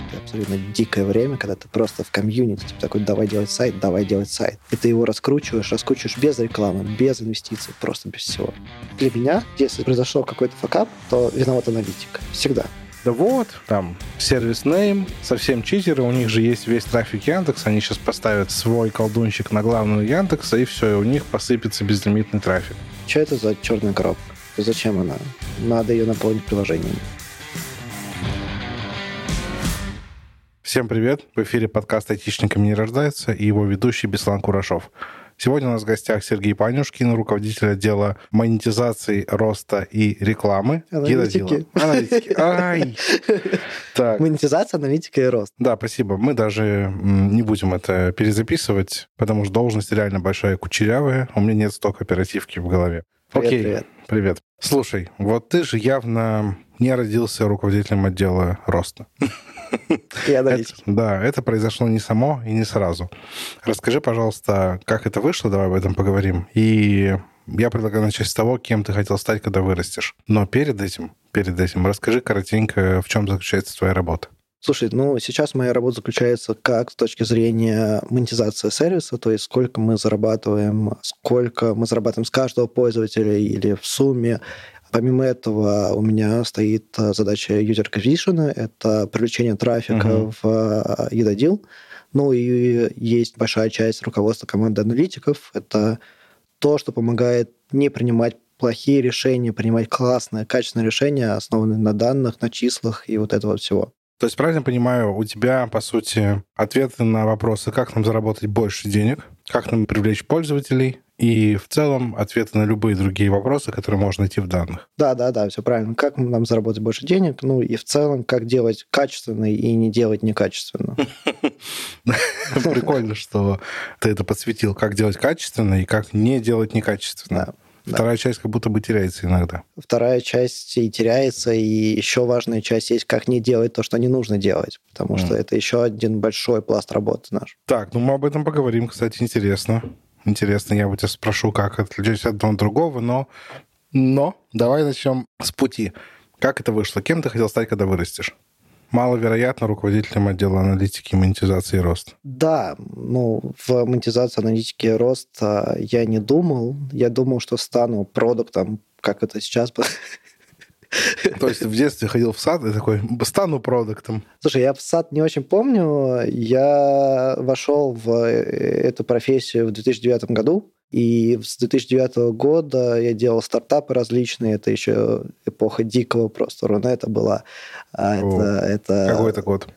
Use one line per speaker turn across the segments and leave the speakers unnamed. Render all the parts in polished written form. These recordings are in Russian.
Это абсолютно дикое время, когда ты просто в комьюнити, типа такой, давай делать сайт. И ты его раскручиваешь без рекламы, без инвестиций, просто без всего. Для меня, если произошел какой-то факап, то виноват аналитик. Всегда.
Да вот, там сервис name, совсем читеры, у них же есть весь трафик Яндекса, они сейчас поставят свой колдунчик на главную Яндекса, и все, и у них посыпется безлимитный трафик.
Что это за черная коробка? Зачем она? Надо ее наполнить приложениями.
Всем привет! В эфире подкаст «Айтишниками не рождается» и его ведущий Беслан Курашов. Сегодня у нас в гостях Сергей Панюшкин, руководитель отдела монетизации, роста и рекламы.
Аналитики.
Ай! Так.
Монетизация, аналитика и рост.
Да, спасибо. Мы даже не будем это перезаписывать, потому что должность реально большая, кучерявая. У меня нет столько оперативки в голове. Привет. Слушай, вот ты же явно не родился руководителем отдела роста.
И аналитики.
Это произошло не само и не сразу. Расскажи, пожалуйста, как это вышло, давай об этом поговорим. И я предлагаю начать с того, кем ты хотел стать, когда вырастешь. Но перед этим расскажи коротенько, в чем заключается твоя работа.
Слушай, сейчас моя работа заключается как с точки зрения монетизации сервиса, то есть сколько мы зарабатываем с каждого пользователя или в сумме. Помимо этого у меня стоит задача user acquisition, это привлечение трафика в Едодил. И есть большая часть руководства команды аналитиков. Это то, что помогает не принимать плохие решения, принимать классные, качественные решения, основанные на данных, на числах и вот этого всего.
То есть, правильно понимаю, у тебя, по сути, ответы на вопросы, как нам заработать больше денег, как нам привлечь пользователей, и в целом ответы на любые другие вопросы, которые можно найти в данных.
Да, все правильно. Как нам заработать больше денег, и в целом, как делать качественно и не делать некачественно.
Прикольно, что ты это подсветил, как делать качественно и как не делать некачественно. Вторая часть как будто бы теряется иногда.
Вторая часть и теряется, и еще важная часть есть, как не делать то, что не нужно делать, потому что это еще один большой пласт работы наш.
Так, мы об этом поговорим, кстати, интересно. Интересно, я тебя спрошу, как отличается от одного от другого, но давай начнем с пути. Как это вышло? Кем ты хотел стать, когда вырастешь? Маловероятно, руководителем отдела аналитики, монетизации и роста.
Да, в монетизации, аналитики и роста я не думал. Я думал, что стану продуктом, как это сейчас.
То есть ты в детстве ходил в сад и такой, стану продуктом?
Слушай, я в сад не очень помню. Я вошел в эту профессию в 2009 году. И с 2009 года я делал стартапы различные. Это еще эпоха дикого просто Рунета была.
Какой это год?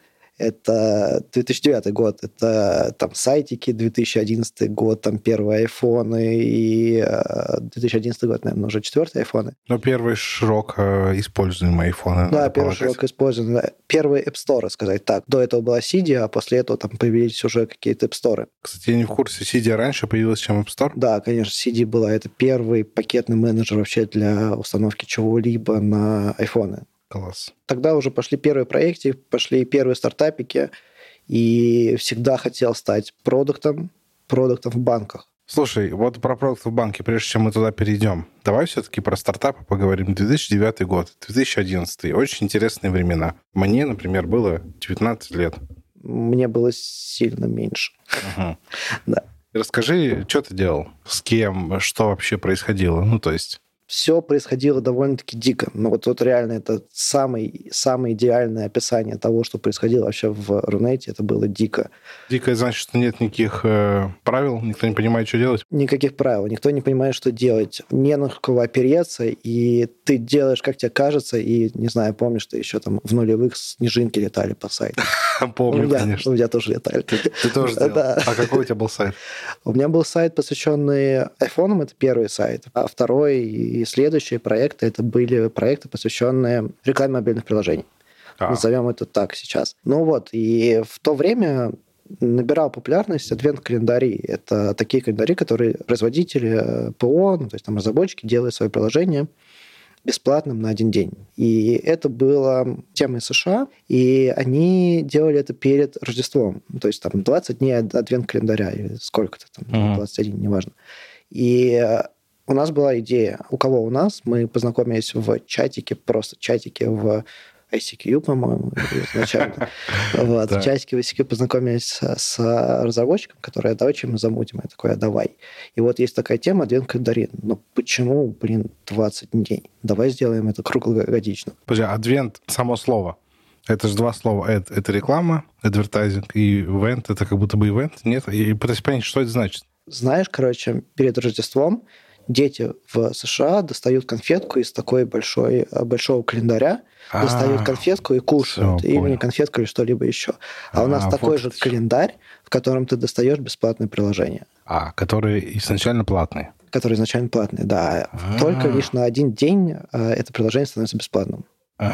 Это 2009 год, это там сайтики, 2011 год, там первые айфоны, и 2011 год, наверное, уже четвертые айфоны.
Но первый широко используемый айфоны.
Да, первый широко используемый. Первые App Store, сказать так. До этого была Cydia, а после этого там появились уже какие-то App Store.
Кстати, я не в курсе, Cydia раньше появилась, чем App Store?
Да, конечно, Cydia была. Это первый пакетный менеджер вообще для установки чего-либо на айфоны.
Класс.
Тогда уже пошли первые проекты, пошли первые стартапики, и всегда хотел стать продуктом в банках.
Слушай, вот про продукт в банке, прежде чем мы туда перейдем, давай все-таки про стартапы поговорим. 2009 год, 2011, очень интересные времена. Мне, например, было 19 лет.
Мне было сильно меньше. Да.
Расскажи, что ты делал, с кем, что вообще происходило,
Все происходило довольно-таки дико. Но вот реально это самое идеальное описание того, что происходило вообще в Рунете. Это было дико.
Дико значит, что нет никаких правил, никто не понимает, что делать?
Никаких правил, никто не понимает, что делать. Не на кого опереться, и ты делаешь, как тебе кажется, и, не знаю, помнишь, что еще там в нулевых снежинки летали по сайту.
Помню, конечно.
У меня тоже летали.
Ты тоже делал? Да. А какой у тебя был сайт?
У меня был сайт, посвященный айфонам, это первый сайт. А второй и следующие проекты, это были проекты, посвященные рекламе мобильных приложений. Назовем это так сейчас. И в то время набирал популярность адвент-календари. Это такие календари, которые производители ПО, то есть там разработчики делают свои приложения бесплатным на один день. И это было темой США, и они делали это перед Рождеством. То есть там 20 дней адвент-календаря, или сколько-то там, 21, неважно. И у нас была идея. У кого у нас? Мы познакомились в чатике, просто чатике в ICQ, по-моему, изначально. Вот. В чатике в ICQ познакомились с разработчиком, который, давай чем мы замутим? Я такой, давай. И вот есть такая тема, адвент-календари. Но почему, 20 дней? Давай сделаем это круглогодично.
Подожди, адвент, само слово. Это же два слова. Это реклама, адвертайзинг, и ивент, это как будто бы ивент. Нет? И пытаюсь понять, что это значит.
Знаешь, перед Рождеством дети в США достают конфетку из такой большого календаря, достают конфетку и кушают. Или не конфетку, или что-либо еще. А у нас такой же календарь, в котором ты достаешь бесплатное приложение.
Который изначально платный.
Который изначально платный, да. Только лишь на один день это приложение становится бесплатным.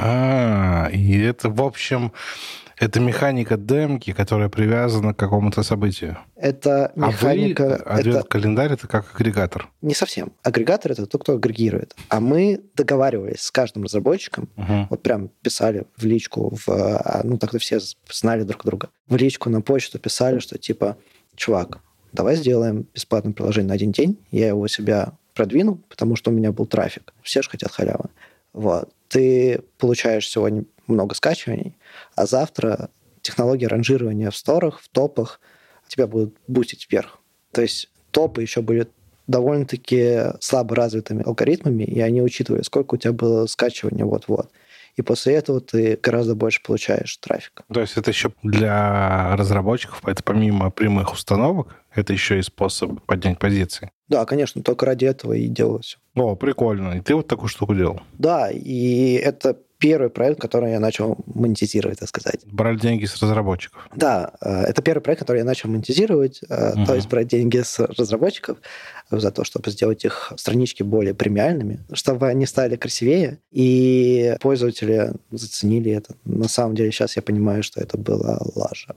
И это, в общем, это механика демки, которая привязана к какому-то событию.
Это механика...
Адвент-календарь — это как агрегатор?
Не совсем. Агрегатор — это тот, кто агрегирует. А мы договаривались с каждым разработчиком, вот прям писали в личку, тогда все знали друг друга. В личку на почту писали, что типа, чувак, давай сделаем бесплатное приложение на один день, я его себя продвину, потому что у меня был трафик. Все же хотят халявы. Вот. Ты получаешь сегодня много скачиваний, а завтра технологии ранжирования в сторах, в топах тебя будут бустить вверх. То есть топы еще были довольно-таки слабо развитыми алгоритмами, и они учитывали, сколько у тебя было скачивания вот-вот. И после этого ты гораздо больше получаешь трафика.
То есть это еще для разработчиков, это помимо прямых установок, это еще и способ поднять позиции?
Да, конечно, только ради этого и делалось.
О, прикольно. И ты вот такую штуку делал?
Да, и это первый проект, который я начал монетизировать, так сказать.
Брали деньги с разработчиков?
Да, это первый проект, который я начал монетизировать, то есть брать деньги с разработчиков за то, чтобы сделать их странички более премиальными, чтобы они стали красивее, и пользователи заценили это. На самом деле сейчас я понимаю, что это была лажа.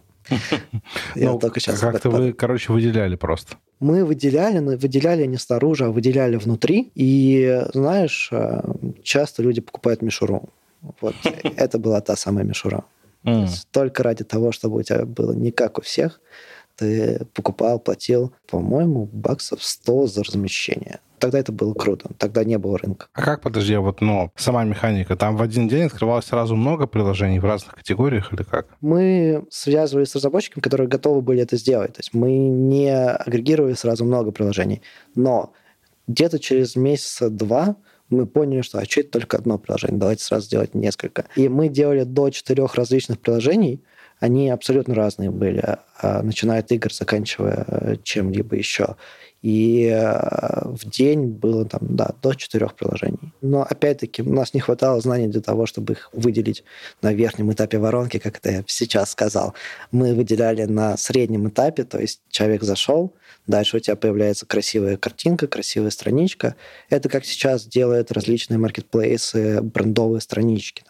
Как-то вы, выделяли просто.
Мы выделяли, но выделяли не снаружи, а выделяли внутри. И, знаешь, часто люди покупают мишуру. Вот это была та самая мишура. Только ради того, чтобы у тебя было не как у всех, ты покупал, платил, по-моему, баксов 100 за размещение. Тогда это было круто, тогда не было рынка.
А как, подожди, сама механика, там в один день открывалось сразу много приложений в разных категориях или как?
Мы связывались с разработчиками, которые готовы были это сделать. То есть мы не агрегировали сразу много приложений. Но где-то через месяца-два мы поняли, что что это только одно приложение, давайте сразу сделать несколько. И мы делали до 4 различных приложений, они абсолютно разные были, начиная от игр, заканчивая чем-либо еще. И в день было до 4 приложений. Но, опять-таки, у нас не хватало знаний для того, чтобы их выделить на верхнем этапе воронки, как это я сейчас сказал. Мы выделяли на среднем этапе, то есть человек зашел, дальше у тебя появляется красивая картинка, красивая страничка. Это как сейчас делают различные маркетплейсы, брендовые странички.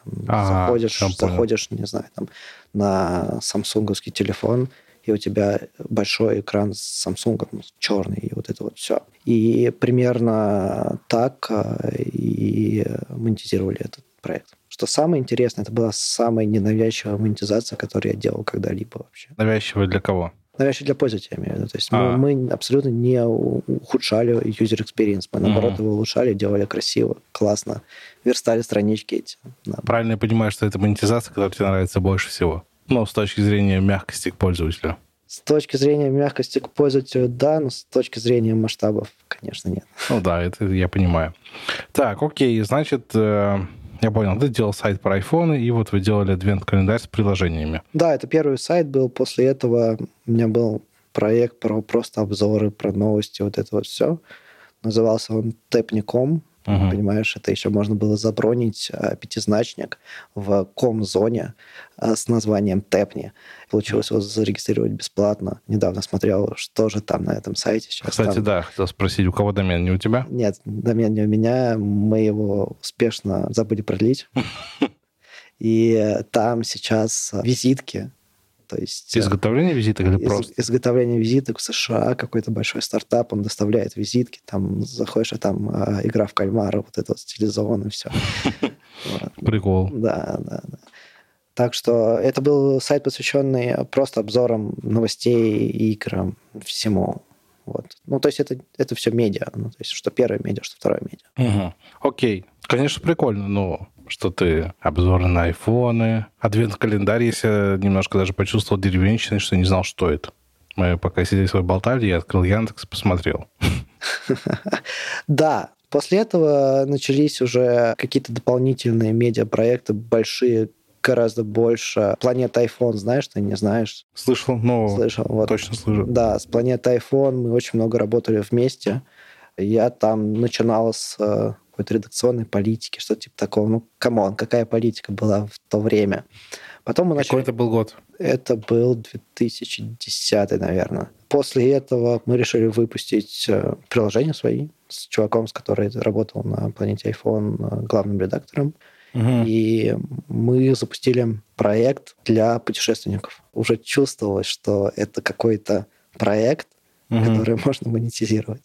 Заходишь, не знаю, на самсунговский телефон, и у тебя большой экран с Samsung, черный, и вот это вот все. И примерно так и монетизировали этот проект. Что самое интересное, это была самая ненавязчивая монетизация, которую я делал когда-либо вообще.
Навязчивая для кого?
Навязчивая для пользователя, я имею в виду. То есть мы абсолютно не ухудшали user experience, мы, наоборот, его улучшали, делали красиво, классно, верстали странички эти. Да.
Правильно я понимаю, что это монетизация, которая тебе нравится больше всего? С точки зрения мягкости к пользователю.
С точки зрения мягкости к пользователю, да, но с точки зрения масштабов, конечно, нет.
Да, это я понимаю. Так, окей, значит, я понял, ты делал сайт про айфоны, и вот вы делали адвент-календарь с приложениями.
Да, это первый сайт был. После этого у меня был проект про просто обзоры, про новости, вот это вот все. Назывался он Tapni.com. Понимаешь, это еще можно было забронить пятизначник в ком-зоне с названием Tapni. Получилось его зарегистрировать бесплатно. Недавно смотрел, что же там на этом сайте. Сейчас
кстати, да, хотел спросить, у кого домен, не у тебя?
Нет, домен не у меня. Мы его успешно забыли продлить. И там сейчас визитки. То есть,
изготовление визиток или просто?
Изготовление визиток в США, какой-то большой стартап, он доставляет визитки, там заходишь, а там игра в кальмара, вот это вот стилизовано, и все.
Прикол.
Да. Так что это был сайт, посвященный просто обзорам новостей, играм, всему. Вот. То есть это все медиа. То есть что первое медиа, что второе медиа.
Окей. Конечно, прикольно, но что ты обзоры на айфоны, адвент-календарь, я немножко даже почувствовал деревенщиной, что не знал, что это. Мы пока сидели с тобой болтали, я открыл Яндекс, посмотрел.
Да, после этого начались уже какие-то дополнительные медиапроекты, большие, гораздо больше. Планета iPhone, знаешь, ты не знаешь?
Слышал, но
слышал, вот.
Точно слышал.
Да, с Планетой iPhone мы очень много работали вместе. Я там начинал с какой-то редакционной политики, что-то типа такого. Ну, камон, какая политика была в то время. Потом мы начали...
Какой это был год?
Это был 2010, наверное. После этого мы решили выпустить приложения свои с чуваком, с которым работал на Планете iPhone главным редактором. И мы запустили проект для путешественников. Уже чувствовалось, что это какой-то проект, который можно монетизировать.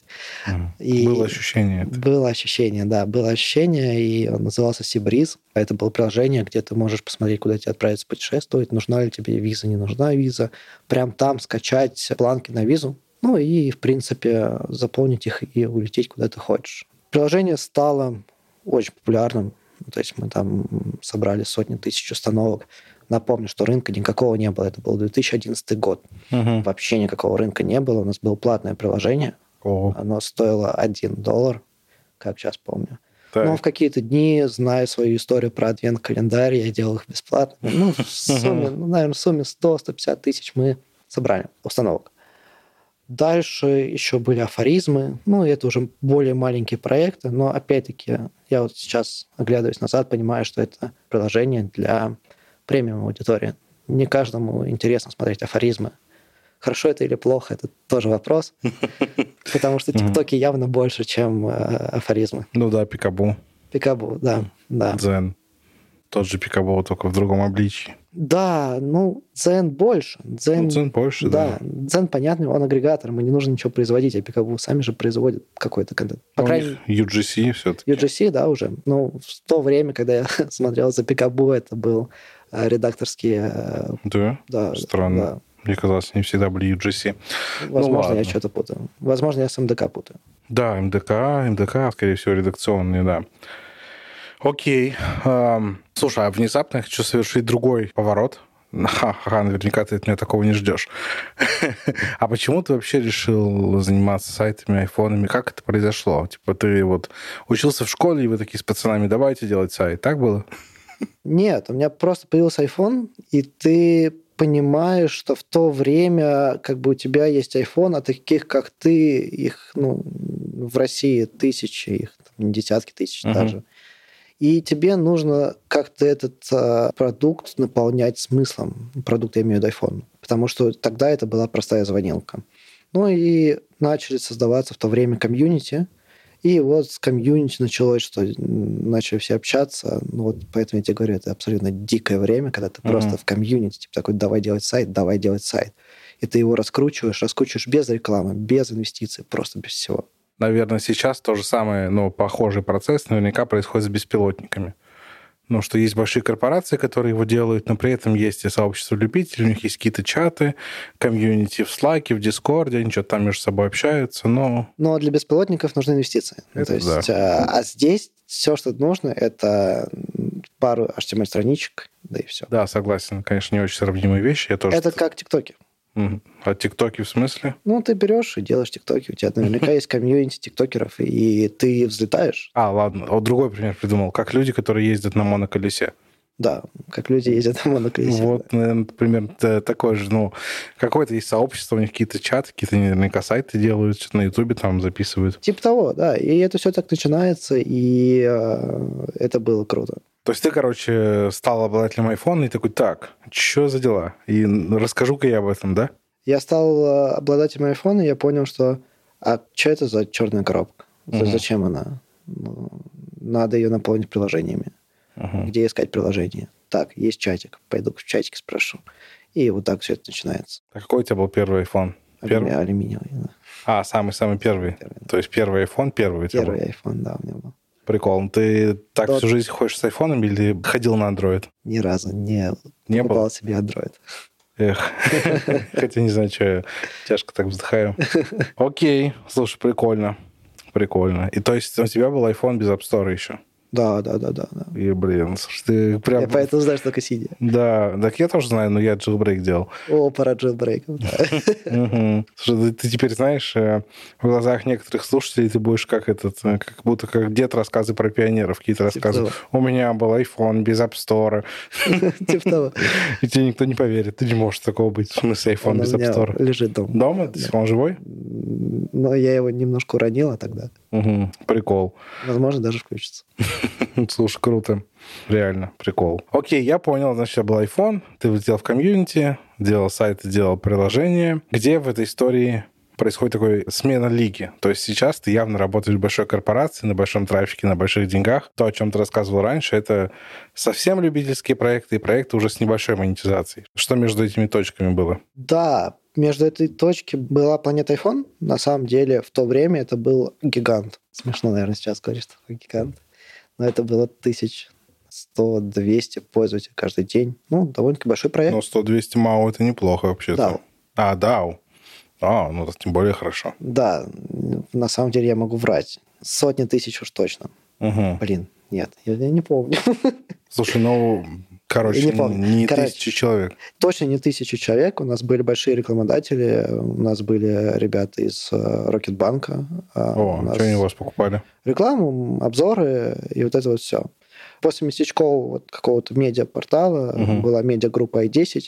И было ощущение.
Было ощущение, да. Было ощущение, и он назывался Seabreeze. Это было приложение, где ты можешь посмотреть, куда тебе отправиться путешествовать, нужна ли тебе виза, не нужна виза. Прям там скачать планки на визу, ну и, в принципе, заполнить их и улететь, куда ты хочешь. Приложение стало очень популярным. То есть мы там собрали сотни тысяч установок. Напомню, что рынка никакого не было. Это был 2011 год. Вообще никакого рынка не было. У нас было платное приложение. Оно стоило $1, как сейчас помню. Так. Но в какие-то дни, зная свою историю про адвент-календарь, я делал их бесплатно. Ну, в сумме, наверное, в сумме 100-150 тысяч мы собрали установок. Дальше еще были афоризмы. Ну, это уже более маленькие проекты. Но, опять-таки, я вот сейчас, оглядываясь назад, понимаю, что это приложение для премиум аудитории. Не каждому интересно смотреть афоризмы. Хорошо это или плохо, это тоже вопрос. Потому что тиктоки явно больше, чем афоризмы.
Ну да, Пикабу.
Пикабу, да.
Дзен. Тот же Пикабу, только в другом обличии.
Да, ну, Дзен больше.
Дзен больше, да.
Дзен, понятно, он агрегатор, ему не нужно ничего производить, а Пикабу сами же производят какой-то контент.
По крайней мере, UGC все-таки.
UGC, да, уже. Ну, в то время, когда я смотрел за Пикабу, это был редакторские...
Да? Странно. Да. Мне казалось, они всегда были UGC.
Возможно, я что-то путаю. Возможно, я с МДК путаю.
Да, МДК, скорее всего, редакционные, да. Окей. Слушай, а внезапно я хочу совершить другой поворот. Ха-ха, наверняка ты от меня такого не ждешь. А почему ты вообще решил заниматься сайтами, айфонами? Как это произошло? Типа ты вот учился в школе, и вы такие с пацанами, давайте делать сайт. Так было?
Нет, у меня просто появился iPhone, и ты понимаешь, что в то время как бы у тебя есть iPhone, а таких, как ты, их, ну, в России тысячи, их там, десятки тысяч даже. И тебе нужно как-то этот продукт наполнять смыслом. Продукт, я имею в виду iPhone. Потому что тогда это была простая звонилка. Ну и начали создаваться в то время комьюнити. И вот с комьюнити началось, что начали все общаться. Ну вот поэтому я тебе говорю, это абсолютно дикое время, когда ты просто в комьюнити, типа такой, давай делать сайт. И ты его раскручиваешь без рекламы, без инвестиций, просто без всего.
Наверное, сейчас то же самое, но похожий процесс наверняка происходит с беспилотниками. Ну, что есть большие корпорации, которые его делают, но при этом есть и сообщество любителей, у них есть какие-то чаты, комьюнити в Slack, в Discord, они что-то там между собой общаются, но...
Но для беспилотников нужны инвестиции. Это, то есть, да. А здесь все, что нужно, это пару HTML-страничек, да и все.
Да, согласен. Конечно, не очень сравнимые вещи. Я тоже...
Это как ТикТоки.
А ТикТоки в смысле?
Ну, ты берешь и делаешь ТикТоки. У тебя наверняка есть комьюнити тиктокеров, и ты взлетаешь.
Ладно. Вот другой пример придумал. Как люди, которые ездят на моноколесе.
Да, как люди ездят на моноколесе.
Вот, да. Наверное, примерно такое же. Ну, какое-то есть сообщество, у них какие-то чаты, какие-то наверняка сайты делают, что-то на Ютубе там записывают.
Типа того, да. И это все так начинается, и это было круто.
То есть ты, короче, стал обладателем айфона и такой, так, что за дела? И расскажу-ка я об этом, да?
Я стал обладателем айфона, и я понял, что что это за черная коробка? Зачем она? Надо ее наполнить приложениями. Где искать приложение? Так, есть чатик. Пойду в чатике спрошу. И вот так все это начинается.
А какой у тебя был первый iPhone?
Алюминиевый, да.
Самый-самый первый? То есть первый iPhone первый у тебя был?
Первый iPhone, да, у меня был.
Прикол. Ты так всю жизнь ходишь с айфоном или ходил на Android?
Ни разу не покупал себе Android.
Эх, хотя не знаю, что я тяжко так вздыхаю. Окей, слушай, прикольно. И то есть у тебя был iPhone без App Store еще?
Да.
И, блин, слушай, ты прям...
Я поэтому знаю, что такое сидя.
Да, так я тоже знаю, но я джилбрейк делал.
О, пора джилбрейков, да.
Слушай, ты теперь знаешь, в глазах некоторых слушателей ты будешь как будто как дед рассказы про пионеров какие-то рассказывают. У меня был iPhone без App Store.
Типа того.
И тебе никто не поверит. Ты не можешь такого быть. В смысле, iPhone без App Store.
Лежит дома.
Дома? Он живой?
Но я его немножко уронила тогда.
Прикол.
Возможно, даже включится.
Слушай, круто. Реально, прикол. Окей, я понял. Значит, у тебя был iPhone, ты влетел в комьюнити, делал сайты, делал приложения. Где в этой истории происходит такой смена лиги? То есть сейчас ты явно работаешь в большой корпорации, на большом трафике, на больших деньгах. То, о чем ты рассказывал раньше, это совсем любительские проекты и проекты уже с небольшой монетизацией. Что между этими точками было?
Да, между этой точки была планета iPhone. На самом деле, в то время это был гигант. Смешно, наверное, сейчас говорить, что такое гигант. Но это было 1100-200 пользователей каждый день. Ну, довольно-таки большой проект.
Но 100-200 МАУ это неплохо вообще-то.
DAO.
DAO. Ну, это тем более хорошо.
Да, на самом деле я могу врать. Сотни тысяч уж точно. Блин, нет, я не помню.
Слушай, короче, не тысячи человек.
Точно не 1000 человек. У нас были большие рекламодатели. У нас были ребята из Рокетбанка.
Что они у вас покупали?
Рекламу, обзоры и вот это вот все. После местечкового какого-то медиапортала была медиагруппа i10.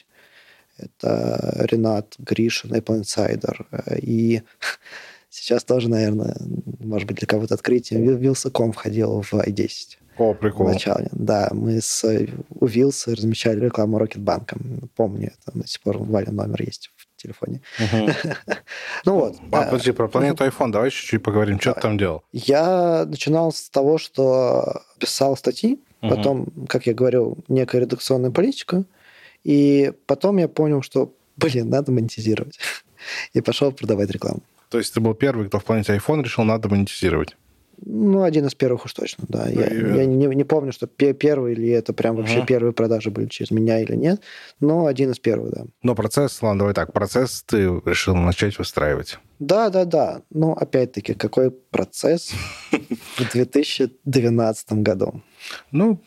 Это Ренат Гришин, Apple Insider. И сейчас тоже, наверное, может быть, для кого-то открытие. Вилса.ком входил в i10.
О, прикол.
Вначале. Да, мы у Вилса размещали рекламу Рокетбанка. Помню, это до сих пор у Вали номер есть в телефоне. Ну вот.
Подожди, про планету iPhone давай чуть-чуть поговорим. Что ты там делал?
Я начинал с того, что писал статьи, потом, как я говорил, некая редакционная политика, и потом я понял, что, надо монетизировать. И пошел продавать рекламу.
То есть ты был первый, кто в планете iPhone решил, надо монетизировать?
Ну, один из первых уж точно, да. Я не помню, что первый или это прям вообще первые продажи были через меня или нет, но один из первых, да.
Но процесс, ладно, давай так, процесс ты решил начать выстраивать.
Да. Но, опять-таки, какой процесс в 2012 году?
Ну,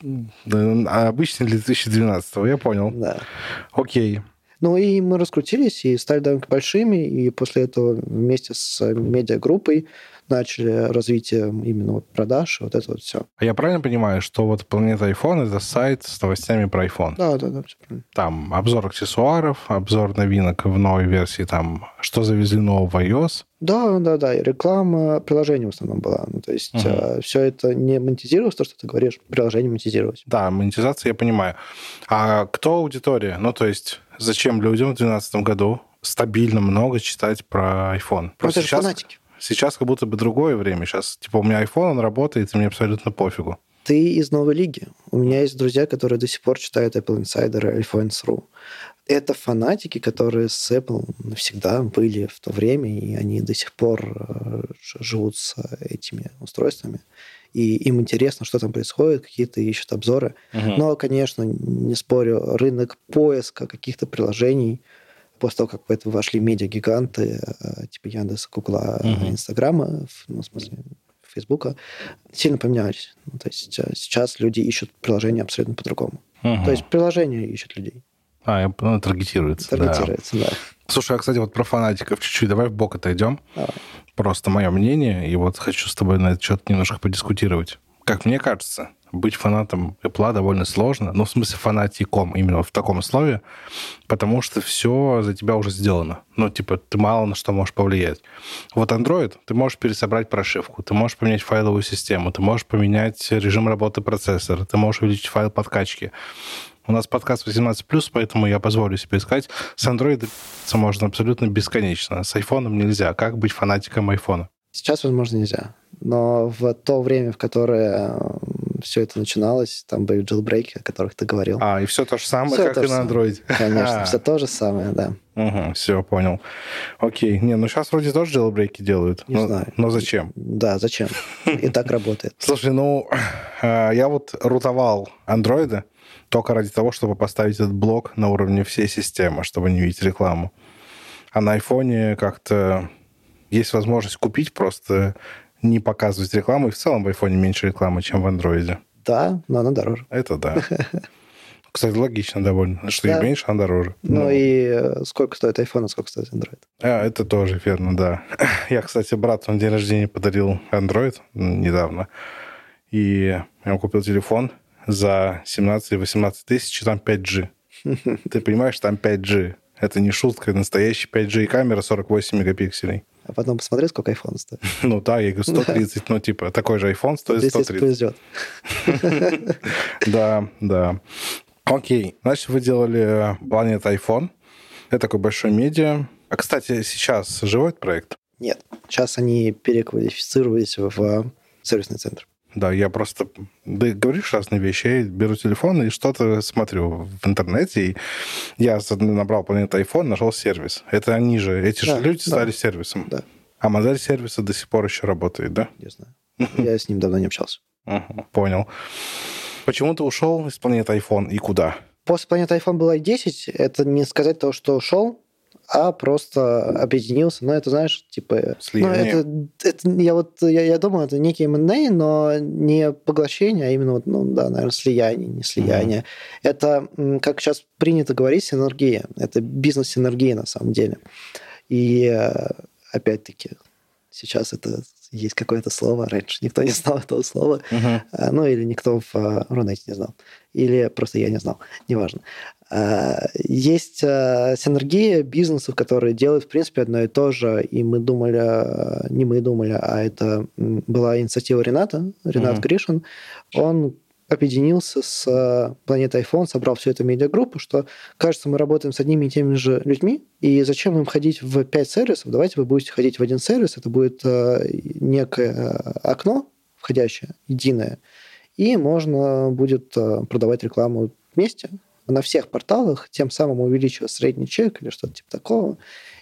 обычный для 2012, я понял.
Да.
Окей.
Ну, и мы раскрутились и стали довольно большими, и после этого вместе с медиагруппой начали развитие именно продаж, вот это вот все.
А я правильно понимаю, что вот Планета iPhone — это сайт с новостями про iPhone?
Да, все правильно.
Там обзор аксессуаров, обзор новинок в новой версии, там, что завезли нового в iOS.
Да, и реклама приложения в основном была. Ну, то есть все это не монетизировалось, то, что ты говоришь, приложение монетизировалось.
Да, монетизация, я понимаю. А кто аудитория? Ну, то есть зачем людям в 2012 году стабильно много читать про iPhone?
Просто это же фанатики.
Сейчас как будто бы другое время. Сейчас, у меня iPhone, он работает, и мне абсолютно пофигу.
Ты из новой лиги. У меня есть друзья, которые до сих пор читают Apple Insider и iPhones.ru. Это фанатики, которые с Apple навсегда были в то время, и они до сих пор живут с этими устройствами. И им интересно, что там происходит, какие-то ищут обзоры. Но, конечно, не спорю, рынок поиска каких-то приложений после того, как в это вошли медиагиганты, типа Яндекса, Гугла, Инстаграма, в смысле Фейсбука, сильно поменялись. Ну, то есть сейчас люди ищут приложения абсолютно по-другому. То есть приложения ищут людей.
Таргетируется.
Таргетируется, да.
Слушай, кстати, вот про фанатиков чуть-чуть давай в бок отойдем.
Давай.
Просто мое мнение, и вот хочу с тобой на этот счет немножко подискутировать. Как мне кажется, быть фанатом Apple довольно сложно, в смысле фанатиком именно в таком слове, потому что все за тебя уже сделано. Ты мало на что можешь повлиять. Вот Android, ты можешь пересобрать прошивку, ты можешь поменять файловую систему, ты можешь поменять режим работы процессора, ты можешь увеличить файл подкачки. У нас подкаст 18+, поэтому я позволю себе сказать, с Android можно абсолютно бесконечно. С iPhone нельзя. Как быть фанатиком iPhone?
Сейчас, возможно, нельзя. Но в то время, в которое все это начиналось, там были джилбрейки, о которых ты говорил.
И все то же самое, как и на Android.
Конечно, все то же самое, да.
Все, понял. Окей. Сейчас вроде тоже джилбрейки делают.
Не знаю.
Но зачем?
Да, зачем? И так работает.
Слушай, я вот рутовал Android только ради того, чтобы поставить этот блок на уровне всей системы, чтобы не видеть рекламу. А на айфоне как-то есть возможность купить, просто не показывать рекламу. И в целом в айфоне меньше рекламы, чем в андроиде.
Да, но она дороже.
Это да. Кстати, логично довольно. Что
Да.
и меньше, она дороже.
Ну и сколько стоит iPhone, а сколько стоит Android?
Это тоже верно, да. Я, кстати, брату на день рождения подарил Android недавно. И я ему купил телефон за 17-18 тысяч, и там 5G. Ты понимаешь, там 5G. Это не шутка, настоящий 5G и камера 48 мегапикселей.
А потом посмотри, сколько iPhone стоит.
Ну да, я говорю, 130, ну типа такой же iPhone стоит 130.
Повезет.
Да. Окей, значит, вы делали Planet iPhone. Это такой большой медиа. А, кстати, сейчас живой этот проект?
Нет, сейчас они переквалифицировались в сервисный центр.
Да, я просто... Ты говоришь разные вещи, я беру телефон и что-то смотрю в интернете, и я набрал Planet iPhone, нашел сервис. Это они же, эти же люди стали сервисом.
Да.
А модель сервиса до сих пор еще работает, да?
Не знаю. Я с ним давно не общался.
Понял. Почему ты ушел из Planet iPhone и куда?
После Planet iPhone было i10. Это не сказать то, что ушел, а просто объединился. Но это, знаешь, типа...
Слияние.
Я думаю, это некий M&A, но не поглощение, а именно, наверное, слияние, не слияние. Это, как сейчас принято говорить, синергия. Это бизнес-синергия на самом деле. И опять-таки, сейчас это есть какое-то слово, раньше никто не знал этого слова, или никто в Рунете не знал, или просто я не знал, неважно. Есть синергия бизнесов, которые делают, в принципе, одно и то же, и мы думали, не мы думали, а это была инициатива Рената, Ренат Гришин, он объединился с Planet iPhone, собрал всю эту медиагруппу, что, кажется, мы работаем с одними и теми же людьми, и зачем им ходить в 5 сервисов? Давайте вы будете ходить в один сервис, это будет некое окно входящее, единое, и можно будет продавать рекламу вместе на всех порталах, тем самым увеличивая средний чек или что-то типа такого,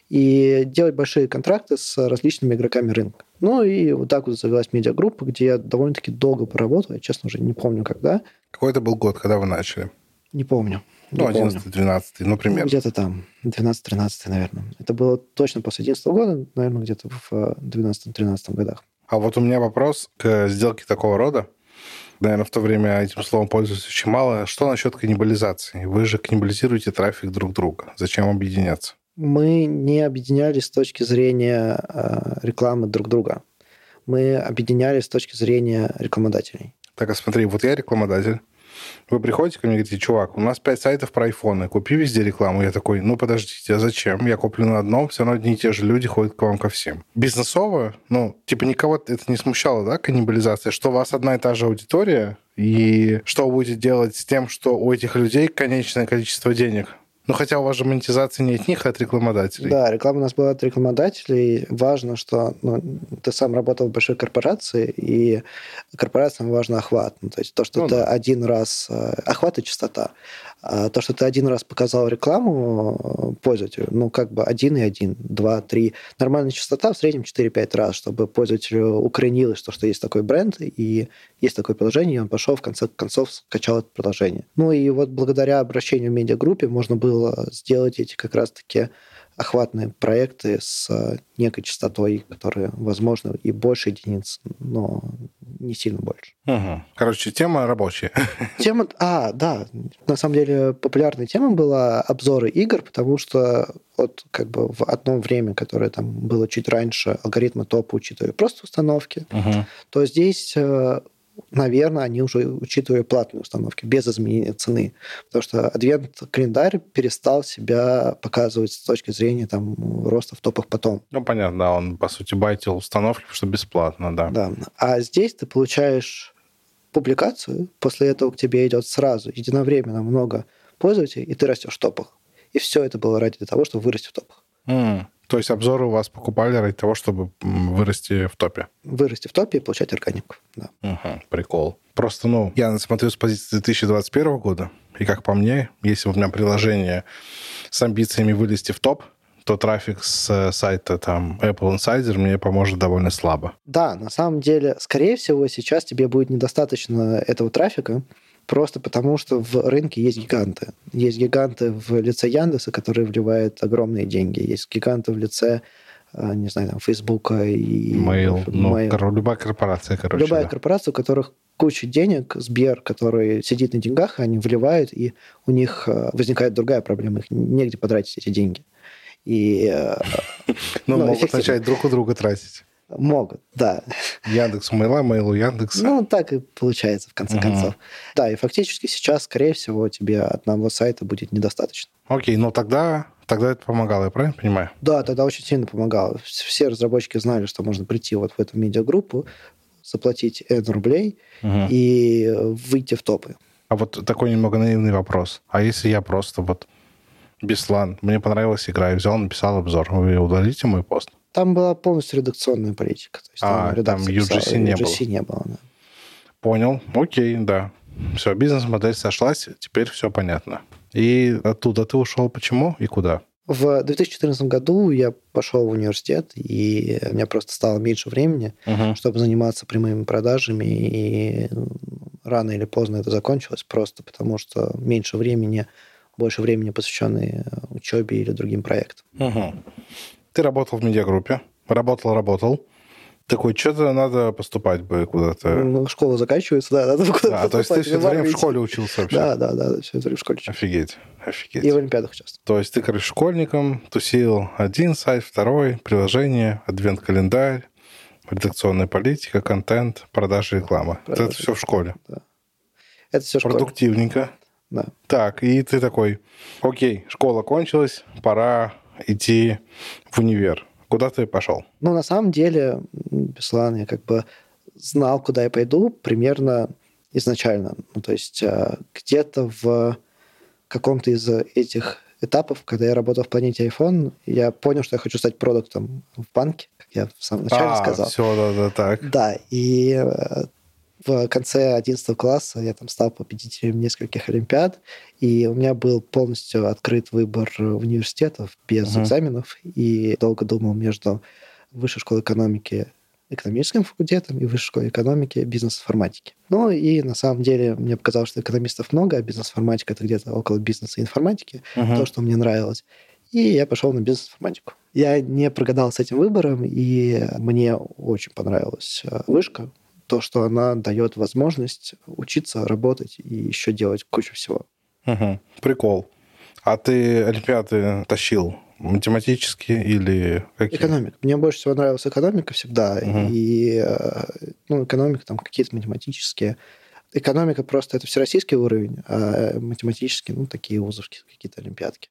и делать большие контракты с различными игроками рынка. Ну и вот так вот завелась медиагруппа, где я довольно-таки долго поработал, я, честно, уже не помню, когда.
Какой это был год, когда вы начали?
Не помню.
11-12, ну, примерно.
Где-то там, 12-13, наверное. Это было точно после 11 года, наверное, где-то в 12-13 годах.
А вот у меня вопрос к сделке такого рода. Наверное, в то время этим словом пользовались очень мало. Что насчет каннибализации? Вы же каннибализируете трафик друг друга. Зачем объединяться?
Мы не объединялись с точки зрения рекламы друг друга. Мы объединялись с точки зрения рекламодателей.
Так, а смотри, вот я рекламодатель. Вы приходите ко мне и говорите, чувак, у нас 5 сайтов про айфоны, купи везде рекламу. Я такой, подождите, а зачем? Я куплю на одном, все равно одни и те же люди ходят к вам ко всем. Бизнесово, никого это не смущало, да, каннибализация, что у вас одна и та же аудитория, и что вы будете делать с тем, что у этих людей конечное количество денег? Хотя у вас же монетизация не от них, а от рекламодателей.
Да, реклама у нас была от рекламодателей. Важно, что ты сам работал в большой корпорации, и корпорациям важен охват. То есть то, что ты один раз... Охват и частота. То, что ты один раз показал рекламу пользователю, один и один, 2, 3. Нормальная частота в среднем 4-5 раз, чтобы пользователю укоренилось, что есть такой бренд, и есть такое приложение, и он пошел, в конце концов, скачал это приложение. И вот благодаря обращению в медиагруппе можно было сделать эти как раз-таки охватные проекты с некой частотой, которые, возможно, и больше единиц, но не сильно больше.
Угу. Короче, тема рабочая.
Да. На самом деле популярной темой была обзоры игр, потому что в одно время, которое там было чуть раньше, алгоритмы топа учитывали просто установки, то здесь... Наверное, они уже учитывали платные установки, без изменения цены. Потому что адвент-календарь перестал себя показывать с точки зрения роста в топах потом.
Понятно, да, он, по сути, байтил установки, потому что бесплатно, да.
Да, а здесь ты получаешь публикацию, после этого к тебе идет сразу, единовременно много пользователей, и ты растешь в топах. И все это было ради того, чтобы вырасти в топах.
То есть обзоры у вас покупали ради того, чтобы вырасти в топе?
Вырасти в топе и получать органику, да.
Прикол. Просто, я смотрю с позиции 2021 года, и как по мне, если у меня приложение с амбициями вылезти в топ, то трафик с сайта Apple Insider мне поможет довольно слабо.
Да, на самом деле, скорее всего, сейчас тебе будет недостаточно этого трафика, просто потому что в рынке есть гиганты. Есть гиганты в лице Яндекса, которые вливают огромные деньги. Есть гиганты в лице не знаю, там, Фейсбука и...
Mail. Любая корпорация, короче.
Любая корпорация, у которых куча денег, Сбер, который сидит на деньгах, они вливают, и у них возникает другая проблема. Их негде потратить эти деньги. И,
могут начать друг у друга тратить.
Могут, да.
Яндекс Мейла, Мейл у Яндекса.
Так и получается, в конце концов. Да, и фактически сейчас, скорее всего, тебе одного сайта будет недостаточно.
Окей, тогда это помогало, я правильно понимаю?
Да, тогда очень сильно помогало. Все разработчики знали, что можно прийти вот в эту медиагруппу, заплатить N рублей и выйти в топы.
А вот такой немного наивный вопрос. А если я просто Беслан, мне понравилась игра, я взял, написал обзор, вы удалите мой пост?
Там была полностью редакционная политика. То есть
там UGC не было.
UGC не было, да.
Понял. Окей, да. Все, бизнес-модель сошлась, теперь все понятно. И оттуда ты ушел почему и куда?
В 2014 году я пошел в университет, и у меня просто стало меньше времени, чтобы заниматься прямыми продажами, и рано или поздно это закончилось, просто потому что меньше времени, больше времени посвященной учебе или другим проектам.
Ты работал в медиагруппе, работал. Такой, что-то надо поступать бы куда-то.
Школа заканчивается, да, надо куда-то поступать.
То есть ты все это время в школе учился вообще?
Да, все это время в школе учился.
Офигеть.
И в олимпиадах участвовал.
То есть ты, школьником тусил один сайт, второй, приложение, адвент-календарь, редакционная политика, контент, продажи, реклама. Это все в школе?
Да. Это все в школе.
Продуктивненько.
Да.
Так, и ты такой, окей, школа кончилась, пора идти в универ. Куда ты пошел?
На самом деле, Беслан, я знал, куда я пойду примерно изначально. То есть где-то в каком-то из этих этапов, когда я работал в планете iPhone, я понял, что я хочу стать продуктом в банке, как я в самом начале сказал.
Все, так.
Да, и в конце 11 класса я там стал победителем нескольких олимпиад, и у меня был полностью открыт выбор университетов без экзаменов, и долго думал между Высшей школой экономики экономическим факультетом и Высшей школой экономики бизнес-информатики. И на самом деле мне показалось, что экономистов много, а бизнес-информатика — это где-то около бизнеса и информатики, то, что мне нравилось. И я пошел на бизнес-информатику. Я не прогадал с этим выбором, и мне очень понравилась вышка, то, что она дает возможность учиться, работать и еще делать кучу всего.
Прикол. А ты олимпиады тащил математические или какие?
Экономика. Мне больше всего нравилась экономика всегда. И экономика, там какие-то математические. Экономика просто это всероссийский уровень, а математические, такие вузовские какие-то олимпиадки.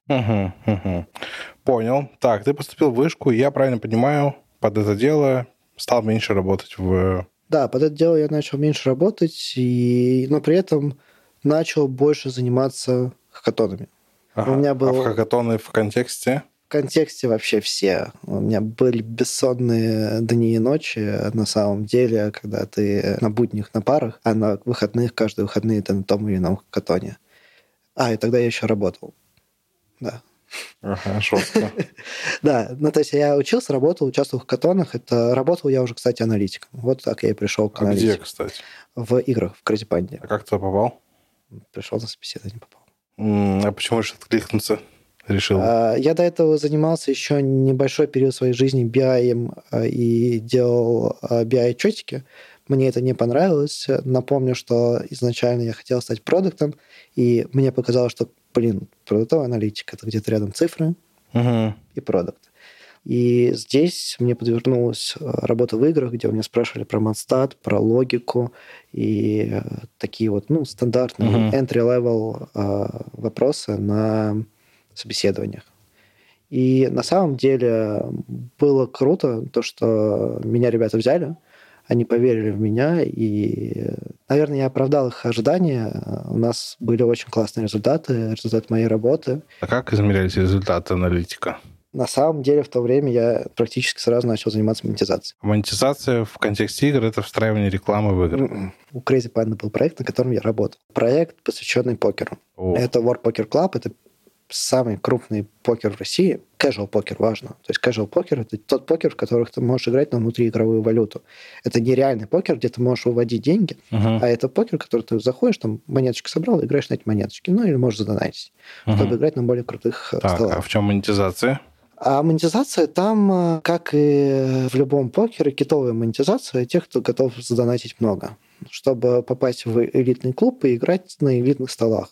Понял. Так, ты поступил в вышку, и я правильно понимаю, под это дело стал меньше работать в...
Да, под это дело я начал меньше работать, но при этом начал больше заниматься хакатонами. У меня был...
А в хакатоны в контексте?
В контексте вообще все. У меня были бессонные дни и ночи, на самом деле, когда ты на буднях на парах, а на выходных, каждые выходные ты на том или ином хакатоне. И тогда я еще работал. Да.
Жестко.
Да, то есть я учился, работал, участвовал в хакатонах. Работал я уже, кстати, аналитиком. Вот так я и пришел к аналитике.
А где, кстати?
В играх, в Кразипанде.
А как ты попал?
Пришел на собеседование, попал.
А почему же откликнуться решил?
Я до этого занимался еще небольшой период своей жизни BI и делал BI-отчетики. Мне это не понравилось. Напомню, что изначально я хотел стать продуктом, и мне показалось, что, продуктовая аналитика — это где-то рядом цифры и продукт. И здесь мне подвернулась работа в играх, где у меня спрашивали про матстат, про логику и такие стандартные entry-level вопросы на собеседованиях. И на самом деле было круто то, что меня ребята взяли, они поверили в меня, и, наверное, я оправдал их ожидания. У нас были очень классные результаты моей работы.
А как измерялись результаты аналитика?
На самом деле, в то время я практически сразу начал заниматься монетизацией.
Монетизация в контексте игр — это встраивание рекламы в игры?
У Crazy Panda был проект, на котором я работал. Проект, посвященный покеру. Это World Poker Club, это самый крупный покер в России. Casual покер важно. То есть casual покер — это тот покер, в которых ты можешь играть на внутриигровую валюту. Это не реальный покер, где ты можешь выводить деньги, а это покер, в который ты заходишь, там монеточки собрал, играешь на эти монеточки. Или можешь задонатить, чтобы играть на более крутых столах.
А в чем монетизация?
А монетизация там, как и в любом покере, китовая монетизация тех, кто готов задонатить много, чтобы попасть в элитный клуб и играть на элитных столах.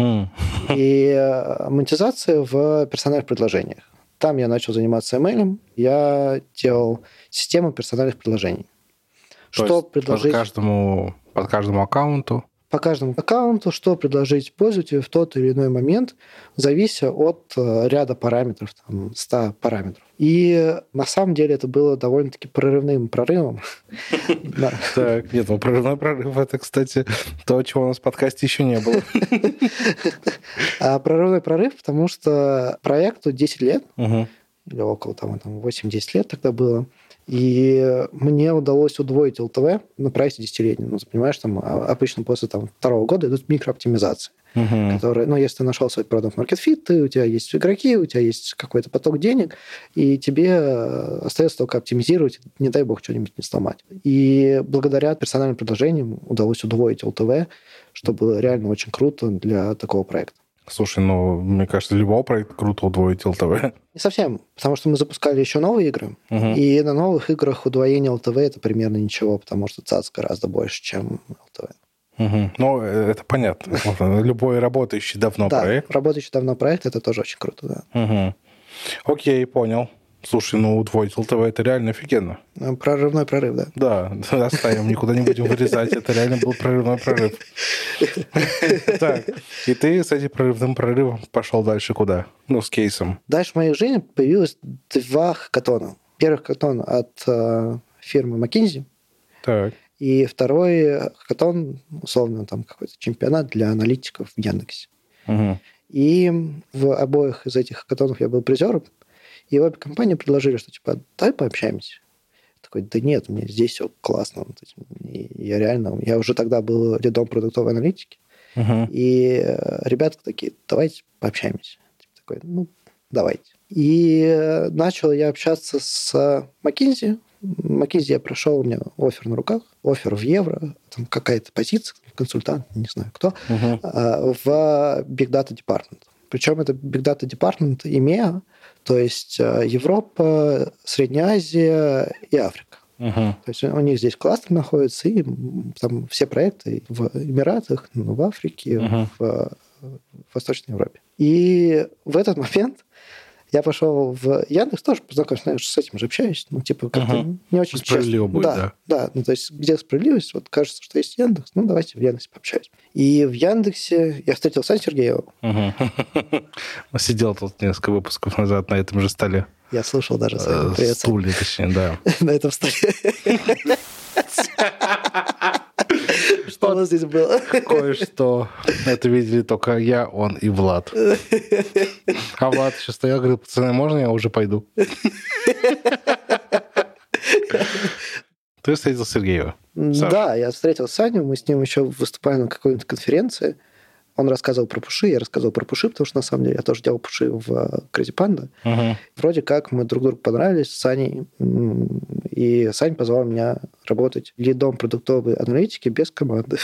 И монетизация в персональных предложениях. Там я начал заниматься ML, я делал систему персональных предложений.
Что предложить? Под каждому аккаунту?
По каждому аккаунту, что предложить пользователю в тот или иной момент, завися от ряда параметров, там, 100 параметров. И на самом деле это было довольно-таки прорывным прорывом.
Так, нет, прорывной прорыв, это, кстати, то, чего у нас в подкасте еще не было.
Прорывной прорыв, потому что проекту 10 лет, или около там 8-10 лет тогда было, и мне удалось удвоить ЛТВ на проекте 10-летнем. Ну, ты понимаешь, там обычно после второго года идут микрооптимизации, которые, если ты нашел свой продукт Market Fit, у тебя есть игроки, у тебя есть какой-то поток денег, и тебе остается только оптимизировать, не дай бог что-нибудь не сломать. И благодаря персональным предложениям удалось удвоить ЛТВ, что было реально очень круто для такого проекта.
Слушай, мне кажется, любого проекта круто удвоить ЛТВ.
Не совсем, потому что мы запускали еще новые игры, и на новых играх удвоение ЛТВ это примерно ничего, потому что ЦАЦ гораздо больше, чем ЛТВ.
Ну, это понятно. Любой работающий давно проект.
Да, работающий давно проект, это тоже очень круто, да.
Окей, понял. Слушай, удвоить ЛТВ это реально офигенно.
Прорывной прорыв, да.
Да, оставим, никуда не будем вырезать. Это реально был прорывной прорыв. Так, и ты с этим прорывным прорывом пошел дальше куда? С кейсом.
Дальше в моей жизни появилось 2 хакатона. Первый хакатон от фирмы McKinsey.
Так.
И второй хакатон, условно, там какой-то чемпионат для аналитиков в Яндексе. И в обоих из этих хакатонов я был призером. И обе компании предложили, что давай пообщаемся. Я такой, да нет, мне здесь все классно. И я уже тогда был лидом продуктовой аналитики. И ребята такие, давайте пообщаемся. Такой, давайте. И начал я общаться с McKinsey. McKinsey я прошел, у меня оффер на руках, оффер в евро, там какая-то позиция, консультант, не знаю кто, в Big Data Department. Причем это Big Data Department EMEA, то есть Европа, Средняя Азия и Африка. То есть у них здесь кластер находится, и там все проекты в Эмиратах, в Африке, в Восточной Европе. И в этот момент я пошел в Яндекс, тоже познакомился, с этим же общаюсь, как-то не очень
справедливо
честно.
Будет,
да. То есть где справедливость, кажется, что есть Яндекс, давайте в Яндексе пообщаюсь. И в Яндексе я встретил Саню Сергеева.
Сидел тут несколько выпусков назад на этом же столе.
Я слушал даже Саню. Привет,
стуле, точнее, да.
На этом столе. Что у нас здесь было?
Кое-что. Это видели только я, он и Влад. А Влад еще стоял, говорил, пацаны, можно я уже пойду? Ты встретил Сергеева?
Да, я встретил Саню, мы с ним еще выступали на какой-нибудь конференции. Он рассказывал про пуши, я рассказывал про пуши, потому что, на самом деле, я тоже делал пуши в Crazy Panda. Вроде как мы друг другу понравились с Саней, и Саня позвал меня работать лидом продуктовой аналитики без команды.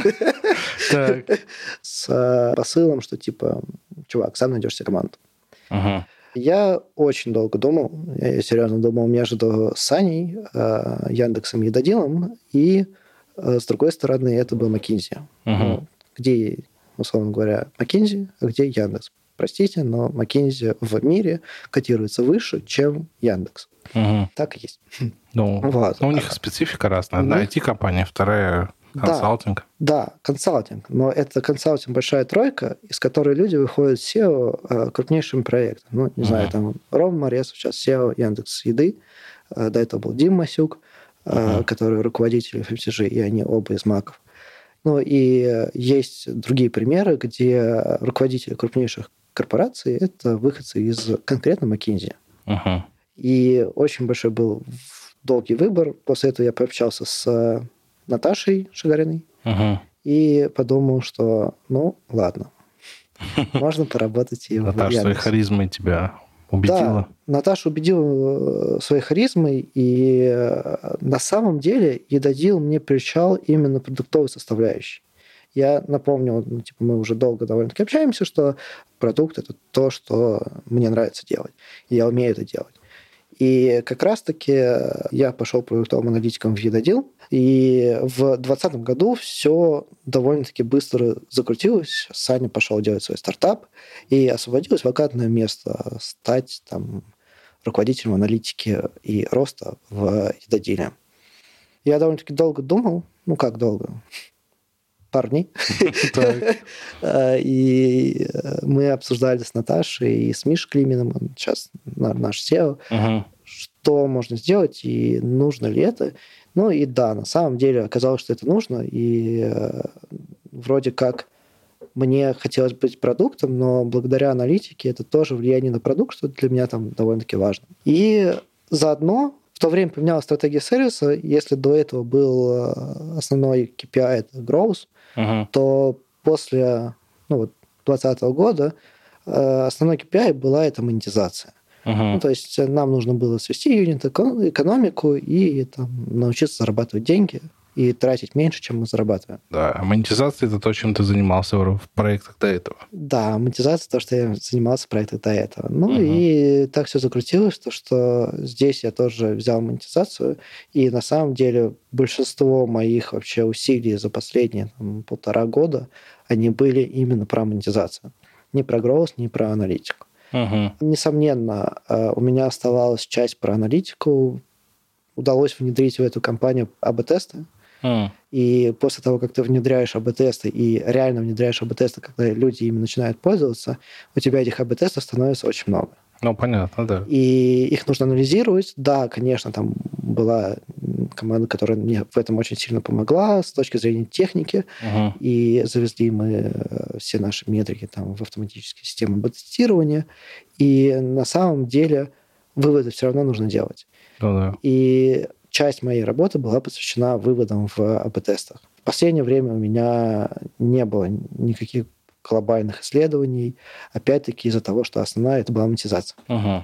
С посылом, что чувак, сам найдешь себе команду. Я очень долго думал, я серьезно думал между Саней, Яндексом и Додилом, и, с другой стороны, это был McKinsey. Где, условно говоря, McKinsey, а где Яндекс. Простите, но McKinsey в мире котируется выше, чем Яндекс. Так и есть.
У них специфика разная. Одна IT-компания, вторая консалтинг.
Да, консалтинг. Но это консалтинг большая тройка, из которой люди выходят в SEO крупнейшими проектами. Не знаю, там Рома Моресов сейчас SEO Яндекс Еды. До этого был Дим Масюк, который руководитель FMCG, и они оба из Маков. И есть другие примеры, где руководители крупнейших корпораций – это выходцы из конкретно McKinsey. И очень большой был долгий выбор. После этого я пообщался с Наташей Шагариной и подумал, что, ладно, можно поработать и в Яндексе.
Наташа своей харизмой тебя убедила?
Да, Наташа убедила своей харизмой, и на самом деле Едодил мне прельщал именно продуктовой составляющей. Я напомню, мы уже долго довольно-таки общаемся, что продукт — это то, что мне нравится делать. И я умею это делать. И как раз-таки я пошел продуктовым аналитиком в Едодил, и в 2020 году все довольно-таки быстро закрутилось. Саня пошел делать свой стартап, и освободилось вакантное место стать руководителем аналитики и роста в Едодиле. Я довольно-таки долго думал, как долго? Пару дней. И мы обсуждали с Наташей и с Мишей Климиным, он сейчас наш SEO, что можно сделать и нужно ли это. И да, на самом деле оказалось, что это нужно, и вроде как мне хотелось быть продуктом, но благодаря аналитике это тоже влияние на продукт, что для меня там довольно-таки важно. И заодно в то время поменялась стратегия сервиса. Если до этого был основной KPI – это growth, то после 2020 года основной KPI была это монетизация. То есть нам нужно было свести юнит-экономику и научиться зарабатывать деньги и тратить меньше, чем мы зарабатываем.
Да, а монетизация – это то, чем ты занимался в проектах до этого.
Да, монетизация – то, что я занимался в проектах до этого. И так все закрутилось, что здесь я тоже взял монетизацию, и на самом деле большинство моих вообще усилий за последние 1,5 года, они были именно про монетизацию. Не про growth, не про аналитику. Несомненно, у меня оставалась часть про аналитику. Удалось внедрить в эту компанию АБ-тесты. И после того, как ты внедряешь АБ-тесты и реально внедряешь АБ-тесты, когда люди ими начинают пользоваться, у тебя этих АБ-тестов становится очень много.
Понятно, да.
И их нужно анализировать. Да, конечно, там была команда, которая мне в этом очень сильно помогла с точки зрения техники. И завезли мы все наши метрики в автоматические системы АБ-тестирования. И на самом деле выводы все равно нужно делать.
Да.
И часть моей работы была посвящена выводам в АБ-тестах. В последнее время у меня не было никаких глобальных исследований, опять-таки из-за того, что основная это была монетизация.